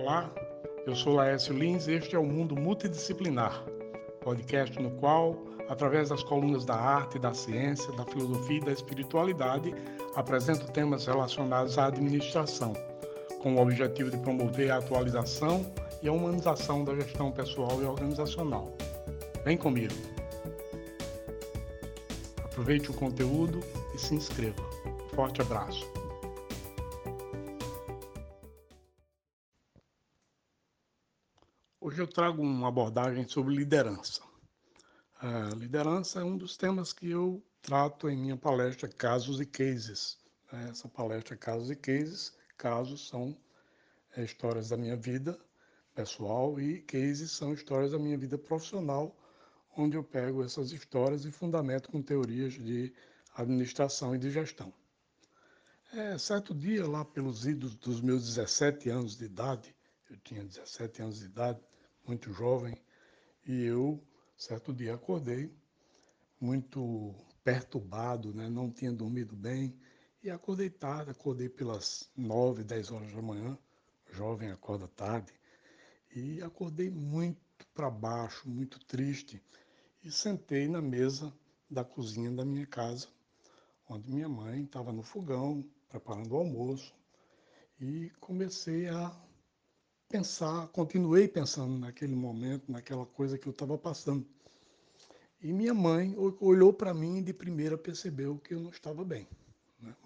Olá, eu sou Laércio Lins e este é o Mundo Multidisciplinar, podcast no qual, através das colunas da arte, da ciência, da filosofia e da espiritualidade, apresento temas relacionados à administração, com o objetivo de promover a atualização e a humanização da gestão pessoal e organizacional. Vem comigo! Aproveite o conteúdo e se inscreva. Forte abraço! Hoje eu trago uma abordagem sobre liderança. A liderança é um dos temas que eu trato em minha palestra Casos e Cases. Essa palestra Casos e Cases, casos são histórias da minha vida pessoal e cases são histórias da minha vida profissional, onde eu pego essas histórias e fundamento com teorias de administração e de gestão. Certo dia, lá pelos idos dos meus 17 anos de idade, eu tinha 17 anos de idade, muito jovem, e eu, certo dia, acordei muito perturbado, né? Não tinha dormido bem, e acordei tarde, acordei pelas 9, 10 horas da manhã, jovem acorda tarde, e acordei muito para baixo, muito triste, e sentei na mesa da cozinha da minha casa, onde minha mãe estava no fogão, preparando o almoço, e comecei a pensar, continuei pensando naquele momento, naquela coisa que eu estava passando. E minha mãe olhou para mim e de primeira percebeu que eu não estava bem. Né?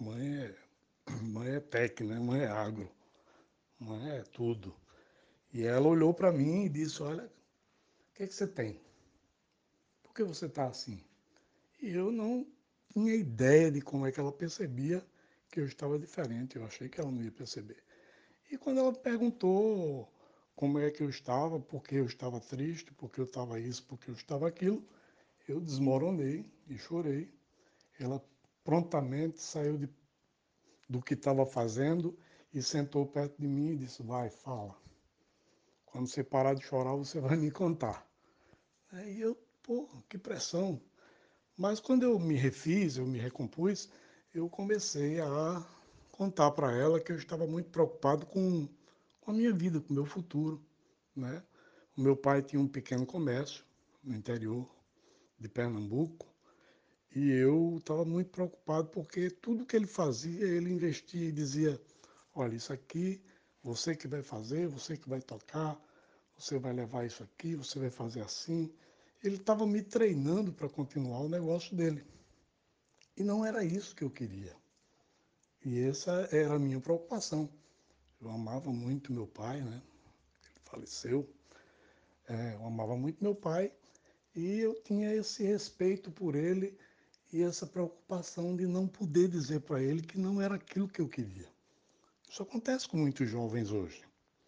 Mãe é tec, né? Mãe é agro, mãe é tudo. E ela olhou para mim e disse, olha, o que é que você tem? Por que você está assim? E eu não tinha ideia de como é que ela percebia que eu estava diferente. Eu achei que ela não ia perceber. E quando ela perguntou como é que eu estava, por que eu estava triste, por que eu estava isso, por que eu estava aquilo, eu desmoronei e chorei. Ela prontamente saiu do que estava fazendo e sentou perto de mim e disse, vai, fala. Quando você parar de chorar, você vai me contar. Aí eu, pô, que pressão. Mas quando eu me refiz, eu me recompus, eu comecei a contar para ela que eu estava muito preocupado com a minha vida, com o meu futuro, né? O meu pai tinha um pequeno comércio no interior de Pernambuco e eu estava muito preocupado porque tudo que ele fazia, ele investia e dizia, olha, isso aqui, você que vai fazer, você que vai tocar, você vai levar isso aqui, você vai fazer assim. Ele estava me treinando para continuar o negócio dele. E não era isso que eu queria. E essa era a minha preocupação. Eu amava muito meu pai, né? Ele faleceu. Eu amava muito meu pai e eu tinha esse respeito por ele e essa preocupação de não poder dizer para ele que não era aquilo que eu queria. Isso acontece com muitos jovens hoje.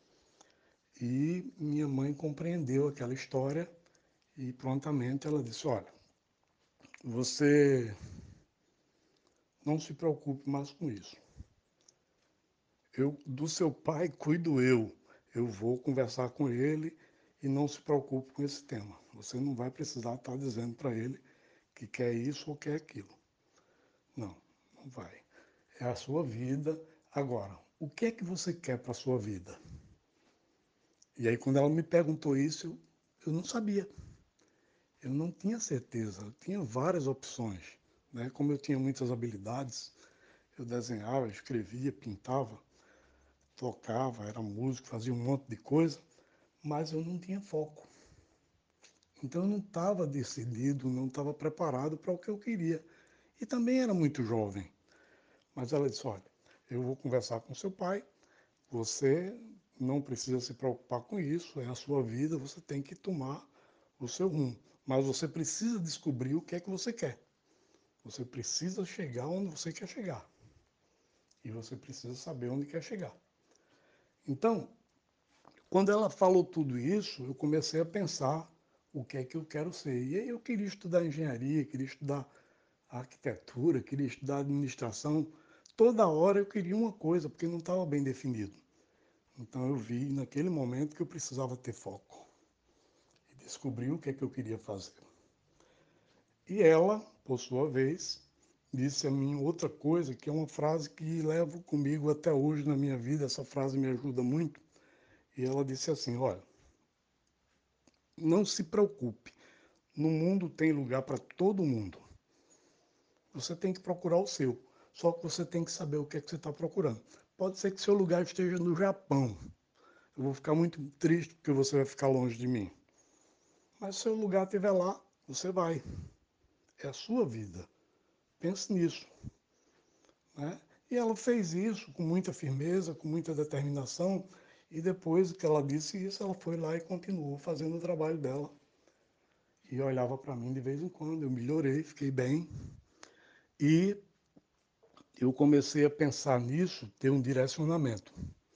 E minha mãe compreendeu aquela história e prontamente ela disse, olha, você não se preocupe mais com isso. Do seu pai cuido eu. Eu vou conversar com ele e não se preocupe com esse tema. Você não vai precisar estar dizendo para ele que quer isso ou quer aquilo. Não, não vai. É a sua vida. Agora, o que é que você quer para a sua vida? E aí, quando ela me perguntou isso, eu não sabia. Eu não tinha certeza. Eu tinha várias opções. Né? Como eu tinha muitas habilidades, eu desenhava, escrevia, pintava, tocava, era músico, fazia um monte de coisa, mas eu não tinha foco. Então eu não estava decidido, não estava preparado para o que eu queria. E também era muito jovem. Mas ela disse, olha, eu vou conversar com seu pai, você não precisa se preocupar com isso, é a sua vida, você tem que tomar o seu rumo. Mas você precisa descobrir o que é que você quer. Você precisa chegar onde você quer chegar. E você precisa saber onde quer chegar. Então, quando ela falou tudo isso, eu comecei a pensar o que é que eu quero ser. E aí eu queria estudar engenharia, queria estudar arquitetura, queria estudar administração. Toda hora eu queria uma coisa, porque não estava bem definido. Então eu vi naquele momento que eu precisava ter foco. E descobri o que é que eu queria fazer. E ela, por sua vez, disse a mim outra coisa, que é uma frase que levo comigo até hoje na minha vida. Essa frase me ajuda muito. E ela disse assim: olha, não se preocupe, no mundo tem lugar para todo mundo. Você tem que procurar o seu. Só que você tem que saber o que é que você está procurando. Pode ser que seu lugar esteja no Japão. Eu vou ficar muito triste porque você vai ficar longe de mim. Mas se seu lugar estiver lá, você vai. É a sua vida. Pense nisso, né? E ela fez isso com muita firmeza, com muita determinação. E depois que ela disse isso, ela foi lá e continuou fazendo o trabalho dela. E olhava para mim de vez em quando. Eu melhorei, fiquei bem. E eu comecei a pensar nisso, ter um direcionamento.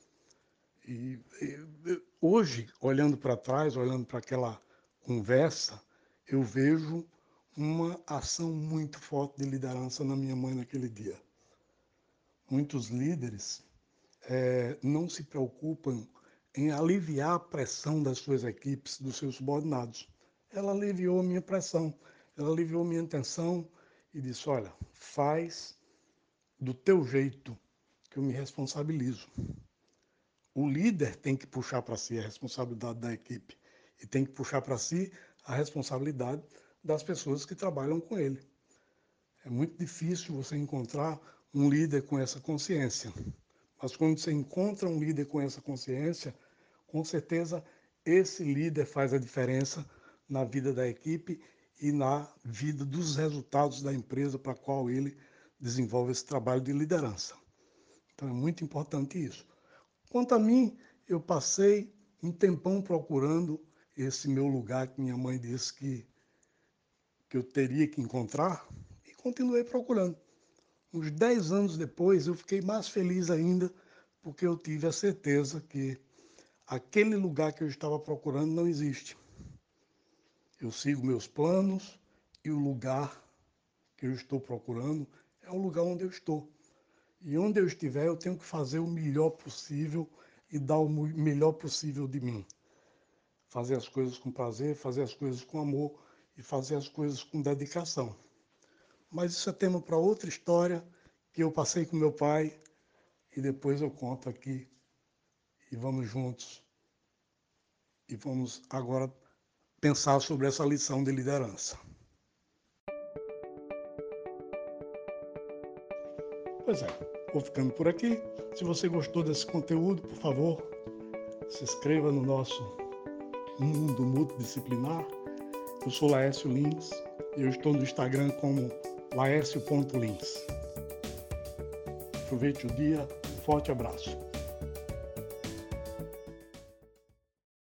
Hoje, olhando para trás, olhando para aquela conversa, eu vejo uma ação muito forte de liderança na minha mãe naquele dia. Muitos líderes não se preocupam em aliviar a pressão das suas equipes, dos seus subordinados. Ela aliviou a minha pressão, ela aliviou a minha tensão e disse: olha, faz do teu jeito que eu me responsabilizo. O líder tem que puxar para si a responsabilidade da equipe e tem que puxar para si a responsabilidade das pessoas que trabalham com ele. É muito difícil você encontrar um líder com essa consciência. Mas quando você encontra um líder com essa consciência, com certeza esse líder faz a diferença na vida da equipe e na vida dos resultados da empresa para a qual ele desenvolve esse trabalho de liderança. Então é muito importante isso. Quanto a mim, eu passei um tempão procurando esse meu lugar que minha mãe disse que eu teria que encontrar e continuei procurando. Uns 10 anos depois, eu fiquei mais feliz ainda porque eu tive a certeza que aquele lugar que eu estava procurando não existe. Eu sigo meus planos e o lugar que eu estou procurando é o lugar onde eu estou. E onde eu estiver, eu tenho que fazer o melhor possível e dar o melhor possível de mim. Fazer as coisas com prazer, fazer as coisas com amor e fazer as coisas com dedicação. Mas isso é tema para outra história que eu passei com meu pai e depois eu conto aqui e vamos juntos e vamos agora pensar sobre essa lição de liderança. Pois é, vou ficando por aqui. Se você gostou desse conteúdo, por favor, se inscreva no nosso mundo multidisciplinar. Eu sou Laércio Lins e eu estou no Instagram como laércio.lins. Aproveite o dia, um forte abraço.